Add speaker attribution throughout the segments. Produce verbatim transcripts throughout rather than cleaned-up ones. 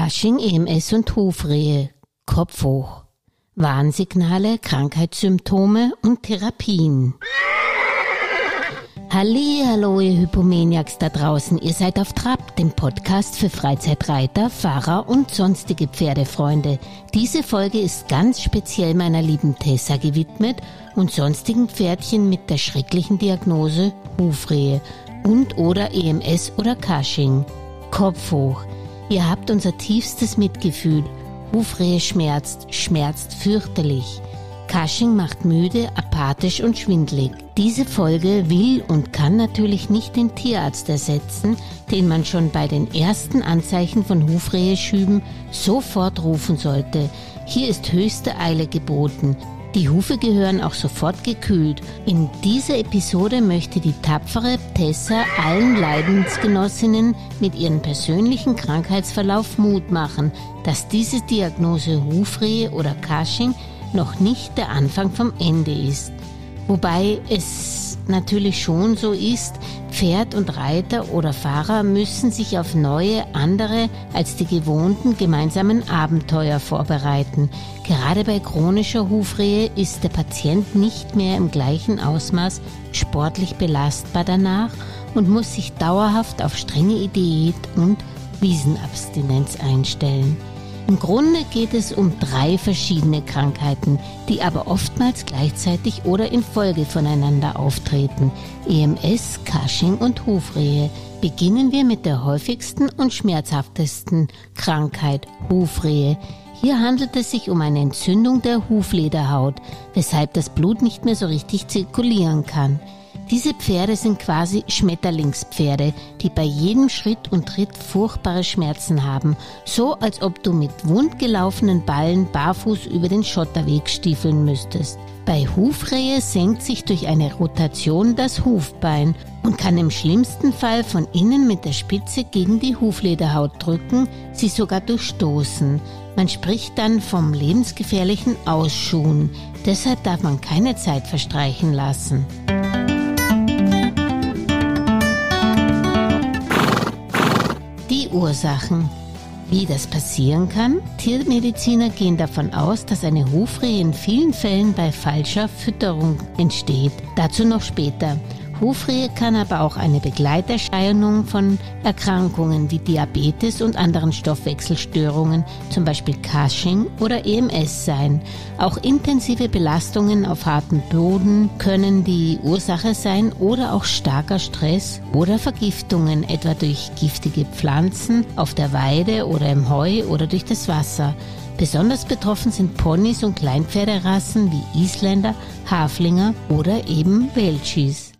Speaker 1: Cushing, E M S und Hufrehe. Kopf hoch. Warnsignale, Krankheitssymptome und Therapien. Hallihallo, ihr Hypomaniacs da draußen. Ihr seid auf Trab, dem Podcast für Freizeitreiter, Fahrer und sonstige Pferdefreunde. Diese Folge ist ganz speziell meiner lieben Tessa gewidmet und sonstigen Pferdchen mit der schrecklichen Diagnose Hufrehe und oder E M S oder Cushing. Kopf hoch. Ihr habt unser tiefstes Mitgefühl. Hufrehe schmerzt, schmerzt fürchterlich. Cushing macht müde, apathisch und schwindlig. Diese Folge will und kann natürlich nicht den Tierarzt ersetzen, den man schon bei den ersten Anzeichen von Hufreheschüben sofort rufen sollte. Hier ist höchste Eile geboten. Die Hufe gehören auch sofort gekühlt. In dieser Episode möchte die tapfere Tessa allen Leidensgenossinnen mit ihrem persönlichen Krankheitsverlauf Mut machen, dass diese Diagnose Hufrehe oder Cushing noch nicht der Anfang vom Ende ist. Wobei es natürlich schon so ist, Pferd und Reiter oder Fahrer müssen sich auf neue, andere als die gewohnten gemeinsamen Abenteuer vorbereiten. Gerade bei chronischer Hufrehe ist der Patient nicht mehr im gleichen Ausmaß sportlich belastbar danach und muss sich dauerhaft auf strenge Diät und Wiesenabstinenz einstellen. Im Grunde geht es um drei verschiedene Krankheiten, die aber oftmals gleichzeitig oder in Folge voneinander auftreten. E M S, Cushing und Hufrehe. Beginnen wir mit der häufigsten und schmerzhaftesten Krankheit, Hufrehe. Hier handelt es sich um eine Entzündung der Huflederhaut, weshalb das Blut nicht mehr so richtig zirkulieren kann. Diese Pferde sind quasi Schmetterlingspferde, die bei jedem Schritt und Tritt furchtbare Schmerzen haben, so als ob du mit wundgelaufenen Ballen barfuß über den Schotterweg stiefeln müsstest. Bei Hufrehe senkt sich durch eine Rotation das Hufbein und kann im schlimmsten Fall von innen mit der Spitze gegen die Huflederhaut drücken, sie sogar durchstoßen. Man spricht dann vom lebensgefährlichen Ausschuhen. Deshalb darf man keine Zeit verstreichen lassen. Die Ursachen. Wie das passieren kann? Tiermediziner gehen davon aus, dass eine Hufrehe in vielen Fällen bei falscher Fütterung entsteht. Dazu noch später. Hufrehe kann aber auch eine Begleiterscheinung von Erkrankungen wie Diabetes und anderen Stoffwechselstörungen, zum Beispiel Cushing oder E M S sein. Auch intensive Belastungen auf hartem Boden können die Ursache sein oder auch starker Stress oder Vergiftungen, etwa durch giftige Pflanzen auf der Weide oder im Heu oder durch das Wasser. Besonders betroffen sind Ponys und Kleinpferderassen wie Isländer, Haflinger oder eben Welchis.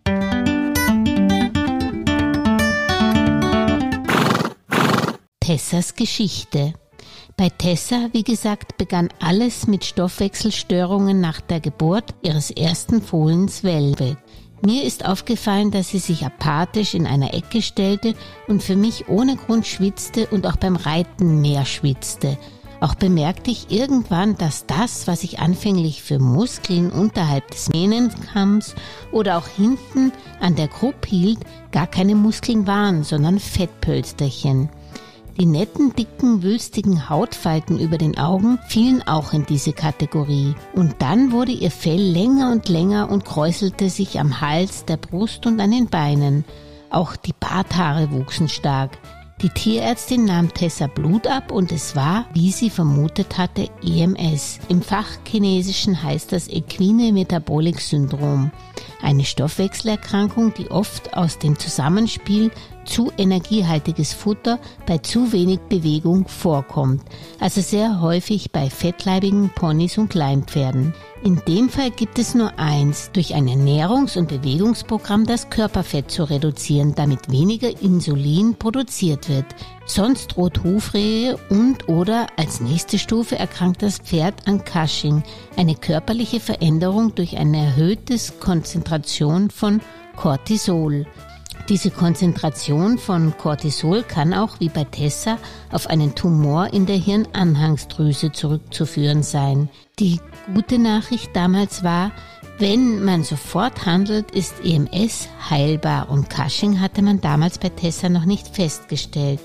Speaker 1: Tessas Geschichte. Bei Tessa, wie gesagt, begann alles mit Stoffwechselstörungen nach der Geburt ihres ersten Fohlens Velvet. Mir ist aufgefallen, dass sie sich apathisch in einer Ecke stellte und für mich ohne Grund schwitzte und auch beim Reiten mehr schwitzte. Auch bemerkte ich irgendwann, dass das, was ich anfänglich für Muskeln unterhalb des Mähnenkamms oder auch hinten an der Krupp hielt, gar keine Muskeln waren, sondern Fettpölsterchen. Die netten, dicken, wülstigen Hautfalten über den Augen fielen auch in diese Kategorie. Und dann wurde ihr Fell länger und länger und kräuselte sich am Hals, der Brust und an den Beinen. Auch die Barthaare wuchsen stark. Die Tierärztin nahm Tessa Blut ab und es war, wie sie vermutet hatte, E M S. Im Fachchinesischen heißt das Equine Metabolic Syndrom. Eine Stoffwechselerkrankung, die oft aus dem Zusammenspiel zu energiehaltiges Futter bei zu wenig Bewegung vorkommt, also sehr häufig bei fettleibigen Ponys und Kleinpferden. In dem Fall gibt es nur eins, durch ein Ernährungs- und Bewegungsprogramm das Körperfett zu reduzieren, damit weniger Insulin produziert wird. Sonst droht Hufrehe und oder als nächste Stufe erkrankt das Pferd an Cushing, eine körperliche Veränderung durch eine erhöhte Konzentration von Cortisol. Diese Konzentration von Cortisol kann auch, wie bei Tessa, auf einen Tumor in der Hirnanhangsdrüse zurückzuführen sein. Die gute Nachricht damals war, wenn man sofort handelt, ist E M S heilbar und Cushing hatte man damals bei Tessa noch nicht festgestellt.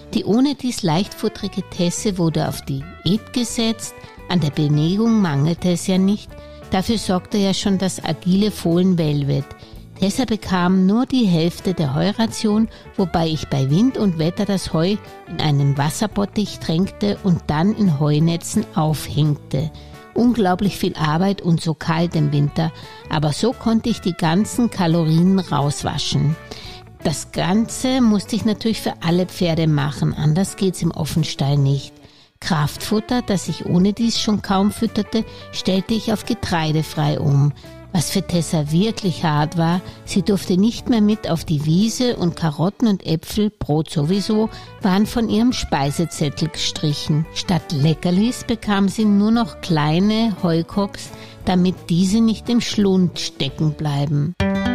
Speaker 1: Die ohne dies leichtfutterige Tesse wurde auf Diät gesetzt, an der Bewegung mangelte es ja nicht, dafür sorgte ja schon das agile Fohlen Velvet. Tessa bekam nur die Hälfte der Heuration, wobei ich bei Wind und Wetter das Heu in einen Wasserbottich tränkte und dann in Heunetzen aufhängte. Unglaublich viel Arbeit und so kalt im Winter, aber so konnte ich die ganzen Kalorien rauswaschen. Das Ganze musste ich natürlich für alle Pferde machen, anders geht's im Offenstall nicht. Kraftfutter, das ich ohne dies schon kaum fütterte, stellte ich auf Getreidefrei um. Was für Tessa wirklich hart war, sie durfte nicht mehr mit auf die Wiese und Karotten und Äpfel, Brot sowieso, waren von ihrem Speisezettel gestrichen. Statt Leckerlis bekam sie nur noch kleine Heukops, damit diese nicht im Schlund stecken bleiben.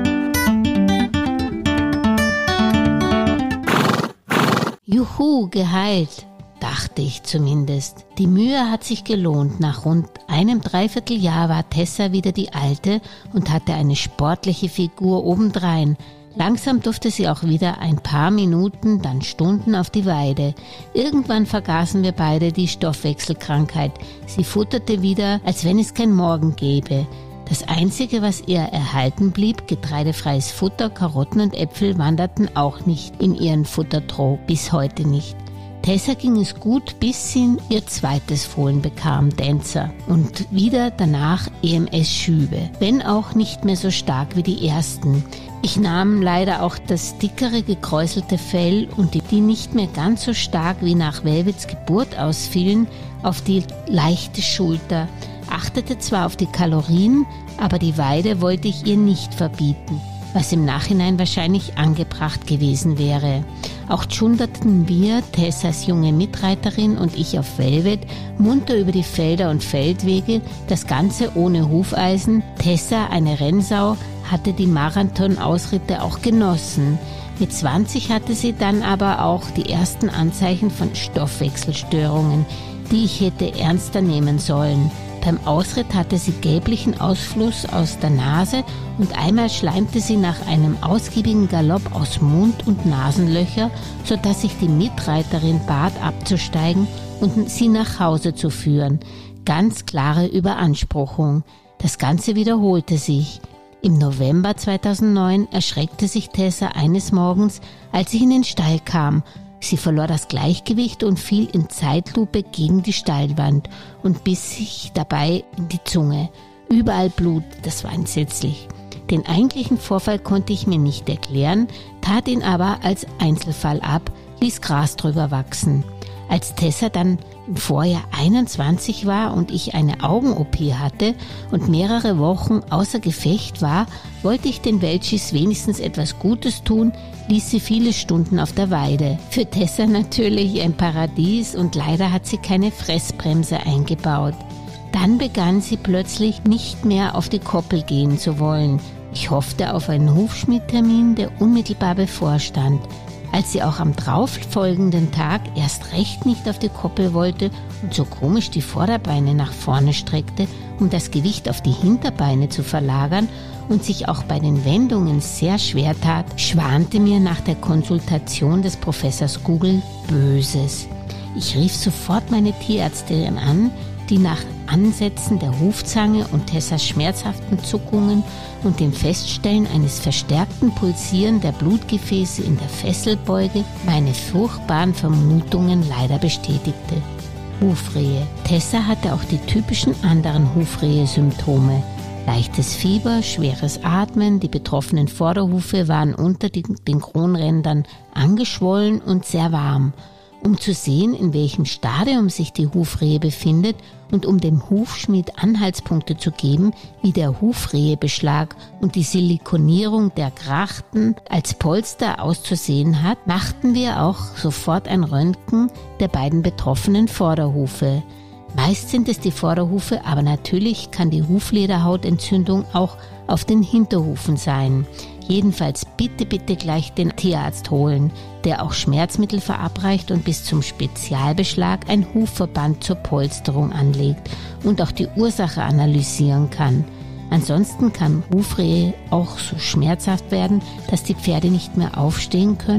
Speaker 1: Juhu, geheilt, dachte ich zumindest. Die Mühe hat sich gelohnt. Nach rund einem Dreivierteljahr war Tessa wieder die Alte und hatte eine sportliche Figur obendrein. Langsam durfte sie auch wieder ein paar Minuten, dann Stunden auf die Weide. Irgendwann vergaßen wir beide die Stoffwechselkrankheit. Sie futterte wieder, als wenn es kein Morgen gäbe. Das Einzige, was ihr erhalten blieb, getreidefreies Futter, Karotten und Äpfel, wanderten auch nicht in ihren Futtertrog, bis heute nicht. Tessa ging es gut, bis sie ihr zweites Fohlen bekam, Dancer, und wieder danach E M S-Schübe, wenn auch nicht mehr so stark wie die ersten. Ich nahm leider auch das dickere, gekräuselte Fell und die, die nicht mehr ganz so stark wie nach Velvets Geburt ausfielen, auf die leichte Schulter, achtete zwar auf die Kalorien, aber die Weide wollte ich ihr nicht verbieten, was im Nachhinein wahrscheinlich angebracht gewesen wäre. Auch tschunderten wir, Tessas junge Mitreiterin und ich auf Velvet, munter über die Felder und Feldwege, das Ganze ohne Hufeisen. Tessa, eine Rennsau, hatte die Marathonausritte auch genossen. Mit zwanzig hatte sie dann aber auch die ersten Anzeichen von Stoffwechselstörungen, die ich hätte ernster nehmen sollen. Beim Ausritt hatte sie gelblichen Ausfluss aus der Nase und einmal schleimte sie nach einem ausgiebigen Galopp aus Mund- und Nasenlöcher, sodass sich die Mitreiterin bat, abzusteigen und sie nach Hause zu führen. Ganz klare Überanspruchung. Das Ganze wiederholte sich. Im November zweitausendneun erschreckte sich Tessa eines Morgens, als ich in den Stall kam. Sie verlor das Gleichgewicht und fiel in Zeitlupe gegen die Stallwand und biss sich dabei in die Zunge. Überall Blut, das war entsetzlich. Den eigentlichen Vorfall konnte ich mir nicht erklären, tat ihn aber als Einzelfall ab, ließ Gras drüber wachsen. Als Tessa dann im Vorjahr einundzwanzig war und ich eine Augen-O P hatte und mehrere Wochen außer Gefecht war, wollte ich den Welchis wenigstens etwas Gutes tun, ließ sie viele Stunden auf der Weide. Für Tessa natürlich ein Paradies und leider hat sie keine Fressbremse eingebaut. Dann begann sie plötzlich nicht mehr auf die Koppel gehen zu wollen. Ich hoffte auf einen Hufschmiedtermin, der unmittelbar bevorstand. Als sie auch am darauffolgenden Tag erst recht nicht auf die Koppel wollte und so komisch die Vorderbeine nach vorne streckte, um das Gewicht auf die Hinterbeine zu verlagern und sich auch bei den Wendungen sehr schwer tat, schwante mir nach der Konsultation des Professors Google Böses. Ich rief sofort meine Tierärztin an, die nach Ansätzen der Hufzange und Tessas schmerzhaften Zuckungen und dem Feststellen eines verstärkten Pulsieren der Blutgefäße in der Fesselbeuge meine furchtbaren Vermutungen leider bestätigte. Hufrehe. Tessa hatte auch die typischen anderen Hufrehe-Symptome. Leichtes Fieber, schweres Atmen, die betroffenen Vorderhufe waren unter den Kronrändern angeschwollen und sehr warm. Um zu sehen, in welchem Stadium sich die Hufrehe befindet und um dem Hufschmied Anhaltspunkte zu geben, wie der Hufrehebeschlag und die Silikonierung der Grachten als Polster auszusehen hat, machten wir auch sofort ein Röntgen der beiden betroffenen Vorderhufe. Meist sind es die Vorderhufe, aber natürlich kann die Huflederhautentzündung auch auf den Hinterhufen sein. Jedenfalls bitte, bitte gleich den Tierarzt holen, der auch Schmerzmittel verabreicht und bis zum Spezialbeschlag ein Hufverband zur Polsterung anlegt und auch die Ursache analysieren kann. Ansonsten kann Hufrehe auch so schmerzhaft werden, dass die Pferde nicht mehr aufstehen können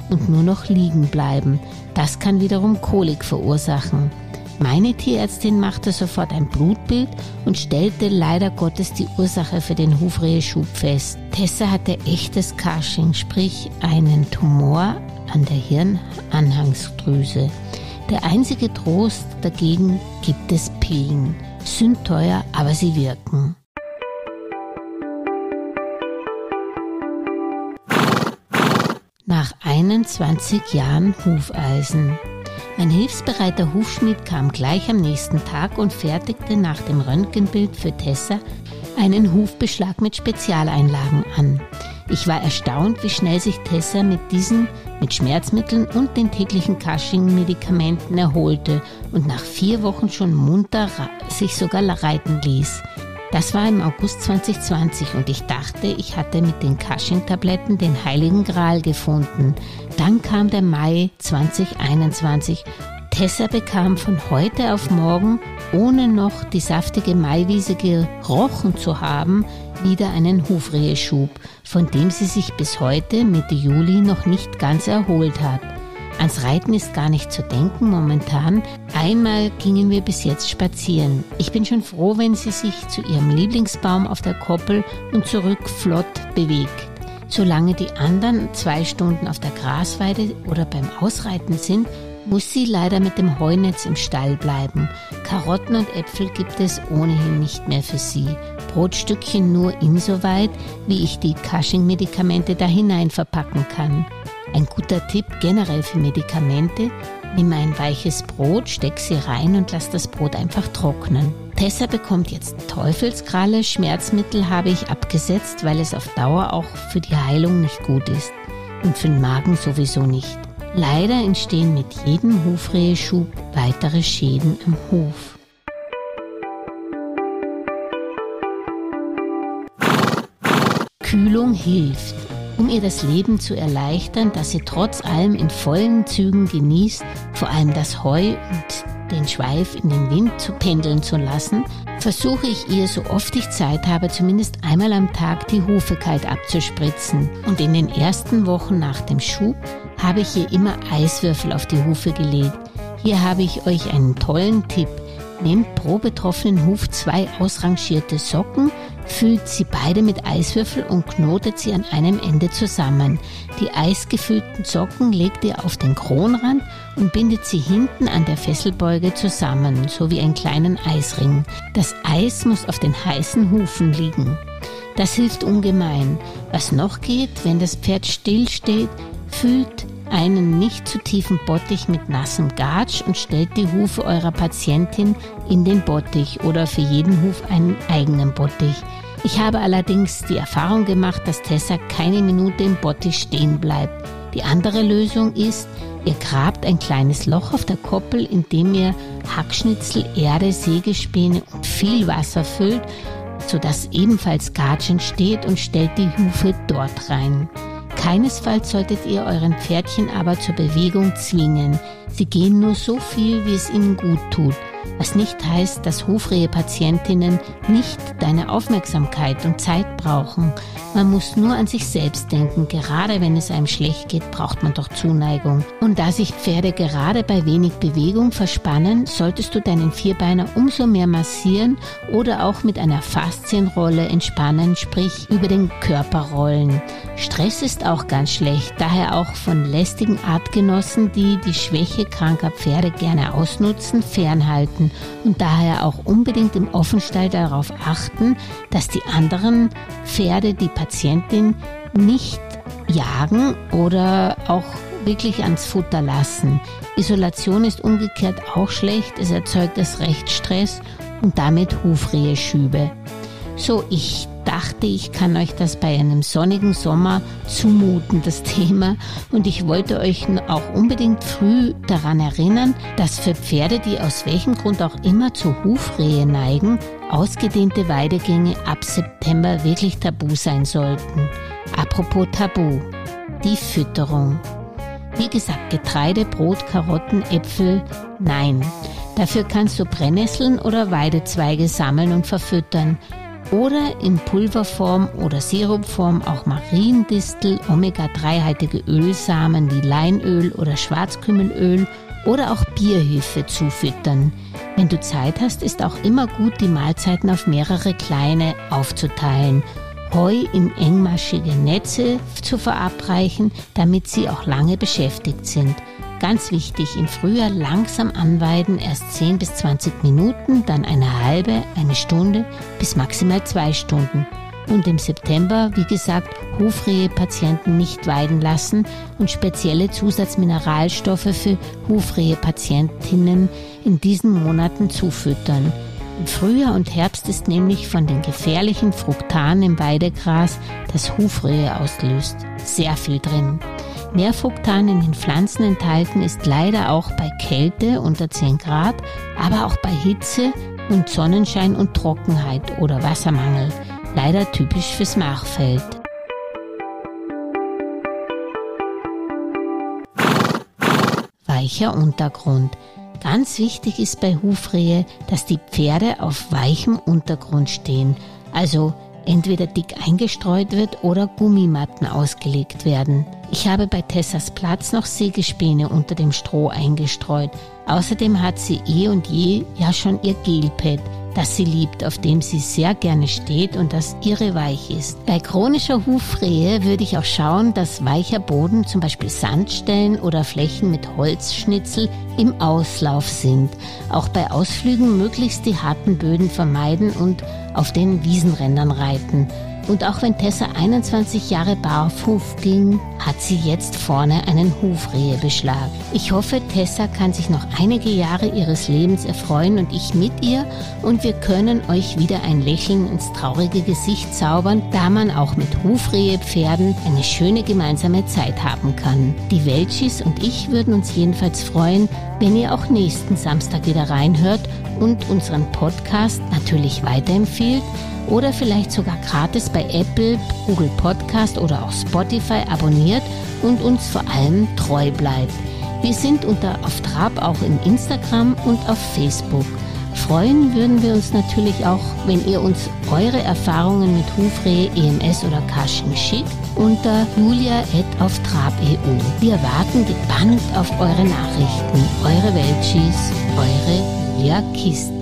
Speaker 1: und nur noch liegen bleiben. Das kann wiederum Kolik verursachen. Meine Tierärztin machte sofort ein Blutbild und stellte leider Gottes die Ursache für den Hufreheschub fest. Tessa hatte echtes Cushing, sprich einen Tumor an der Hirnanhangsdrüse. Der einzige Trost dagegen gibt es Pillen. Sind teuer, aber sie wirken. Nach einundzwanzig Jahren Hufeisen. Mein hilfsbereiter Hufschmied kam gleich am nächsten Tag und fertigte nach dem Röntgenbild für Tessa einen Hufbeschlag mit Spezialeinlagen an. Ich war erstaunt, wie schnell sich Tessa mit diesen, mit Schmerzmitteln und den täglichen Cushing-Medikamenten erholte und nach vier Wochen schon munter sich sogar reiten ließ. Das war im August zwanzig zwanzig und ich dachte, ich hatte mit den Cushing-Tabletten den heiligen Gral gefunden. Dann kam der Mai zwanzig einundzwanzig. Tessa bekam von heute auf morgen, ohne noch die saftige Maiwiese gerochen zu haben, wieder einen Hufreheschub, von dem sie sich bis heute, Mitte Juli, noch nicht ganz erholt hat. Ans Reiten ist gar nicht zu denken momentan. Einmal gingen wir bis jetzt spazieren. Ich bin schon froh, wenn sie sich zu ihrem Lieblingsbaum auf der Koppel und zurück flott bewegt. Solange die anderen zwei Stunden auf der Grasweide oder beim Ausreiten sind, muss sie leider mit dem Heunetz im Stall bleiben. Karotten und Äpfel gibt es ohnehin nicht mehr für sie. Brotstückchen nur insoweit, wie ich die Cushing-Medikamente da hinein verpacken kann. Ein guter Tipp generell für Medikamente: nimm ein weiches Brot, steck sie rein und lass das Brot einfach trocknen. Tessa bekommt jetzt Teufelskralle, Schmerzmittel habe ich abgesetzt, weil es auf Dauer auch für die Heilung nicht gut ist und für den Magen sowieso nicht. Leider entstehen mit jedem Hufreheschub weitere Schäden am Huf. Kühlung hilft. Um ihr das Leben zu erleichtern, dass sie trotz allem in vollen Zügen genießt, vor allem das Heu und den Schweif in den Wind zu pendeln zu lassen, versuche ich ihr, so oft ich Zeit habe, zumindest einmal am Tag die Hufe kalt abzuspritzen. Und in den ersten Wochen nach dem Schub habe ich ihr immer Eiswürfel auf die Hufe gelegt. Hier habe ich euch einen tollen Tipp. Nehmt pro betroffenen Huf zwei ausrangierte Socken, füllt sie beide mit Eiswürfel und knotet sie an einem Ende zusammen. Die eisgefüllten Socken legt ihr auf den Kronrand und bindet sie hinten an der Fesselbeuge zusammen, so wie einen kleinen Eisring. Das Eis muss auf den heißen Hufen liegen. Das hilft ungemein. Was noch geht, wenn das Pferd stillsteht, füllt einen nicht zu tiefen Bottich mit nassem Gatsch und stellt die Hufe eurer Patientin in den Bottich oder für jeden Huf einen eigenen Bottich. Ich habe allerdings die Erfahrung gemacht, dass Tessa keine Minute im Bottich stehen bleibt. Die andere Lösung ist, ihr grabt ein kleines Loch auf der Koppel, in dem ihr Hackschnitzel, Erde, Sägespäne und viel Wasser füllt, sodass ebenfalls Gatsch entsteht, und stellt die Hufe dort rein. Keinesfalls solltet ihr euren Pferdchen aber zur Bewegung zwingen. Sie gehen nur so viel, wie es ihnen gut tut. Was nicht heißt, dass Hufrehe-Patientinnen nicht deine Aufmerksamkeit und Zeit brauchen. Man muss nur an sich selbst denken. Gerade wenn es einem schlecht geht, braucht man doch Zuneigung. Und da sich Pferde gerade bei wenig Bewegung verspannen, solltest du deinen Vierbeiner umso mehr massieren oder auch mit einer Faszienrolle entspannen, sprich über den Körper rollen. Stress ist auch ganz schlecht, daher auch von lästigen Artgenossen, die die Schwäche kranker Pferde gerne ausnutzen, fernhalten und daher auch unbedingt im Offenstall darauf achten, dass die anderen Pferde die Patientin nicht jagen oder auch wirklich ans Futter lassen. Isolation ist umgekehrt auch schlecht, es erzeugt erst recht Stress und damit Hufreheschübe. So, ich dachte, ich kann euch das bei einem sonnigen Sommer zumuten, das Thema. Und ich wollte euch auch unbedingt früh daran erinnern, dass für Pferde, die aus welchem Grund auch immer zu Hufrehe neigen, ausgedehnte Weidegänge ab September wirklich tabu sein sollten. Apropos Tabu, die Fütterung. Wie gesagt, Getreide, Brot, Karotten, Äpfel, nein. Dafür kannst du Brennnesseln oder Weidezweige sammeln und verfüttern. oder in Pulverform oder Sirupform auch Mariendistel, Omega drei haltige Ölsamen wie Leinöl oder Schwarzkümmelöl oder auch Bierhefe zufüttern. Wenn du Zeit hast, ist auch immer gut, die Mahlzeiten auf mehrere kleine aufzuteilen. Heu in engmaschige Netze zu verabreichen, damit sie auch lange beschäftigt sind. Ganz wichtig, im Frühjahr langsam anweiden, erst zehn bis zwanzig Minuten, dann eine halbe, eine Stunde bis maximal zwei Stunden. Und im September, wie gesagt, Hufrehe-Patienten nicht weiden lassen und spezielle Zusatzmineralstoffe für Hufrehe-Patientinnen in diesen Monaten zufüttern. Im Frühjahr und Herbst ist nämlich von den gefährlichen Fructanen im Weidegras, das Hufrehe auslöst, sehr viel drin. Mehr Fructan in den Pflanzen enthalten ist leider auch bei Kälte unter zehn Grad, aber auch bei Hitze und Sonnenschein und Trockenheit oder Wassermangel. Leider typisch fürs Machfeld. Weicher Untergrund. Ganz wichtig ist bei Hufrehe, dass die Pferde auf weichem Untergrund stehen, also entweder dick eingestreut wird oder Gummimatten ausgelegt werden. Ich habe bei Tessas Platz noch Sägespäne unter dem Stroh eingestreut. Außerdem hat sie eh und je ja schon ihr Gelpad, das sie liebt, auf dem sie sehr gerne steht und das irre weich ist. Bei chronischer Hufrehe würde ich auch schauen, dass weicher Boden, zum Beispiel Sandstellen oder Flächen mit Holzschnitzel, im Auslauf sind. Auch bei Ausflügen möglichst die harten Böden vermeiden und auf den Wiesenrändern reiten. Und auch wenn Tessa einundzwanzig Jahre barfuß ging, hat sie jetzt vorne einen Hufrehebeschlag. Ich hoffe, Tessa kann sich noch einige Jahre ihres Lebens erfreuen und ich mit ihr, und wir können euch wieder ein Lächeln ins traurige Gesicht zaubern, da man auch mit Hufrehepferden eine schöne gemeinsame Zeit haben kann. Die Welchis und ich würden uns jedenfalls freuen, wenn ihr auch nächsten Samstag wieder reinhört und unseren Podcast natürlich weiterempfehlt oder vielleicht sogar gratis bei Apple, Google Podcast oder auch Spotify abonniert und uns vor allem treu bleibt. Wir sind unter Auf Trab auch in Instagram und auf Facebook. Freuen würden wir uns natürlich auch, wenn ihr uns eure Erfahrungen mit Hufrehe, E M S oder Cushing schickt unter julia at auf trab punkt e u. Wir warten gebannt auf eure Nachrichten. Eure Welchis, eure Julia Kist.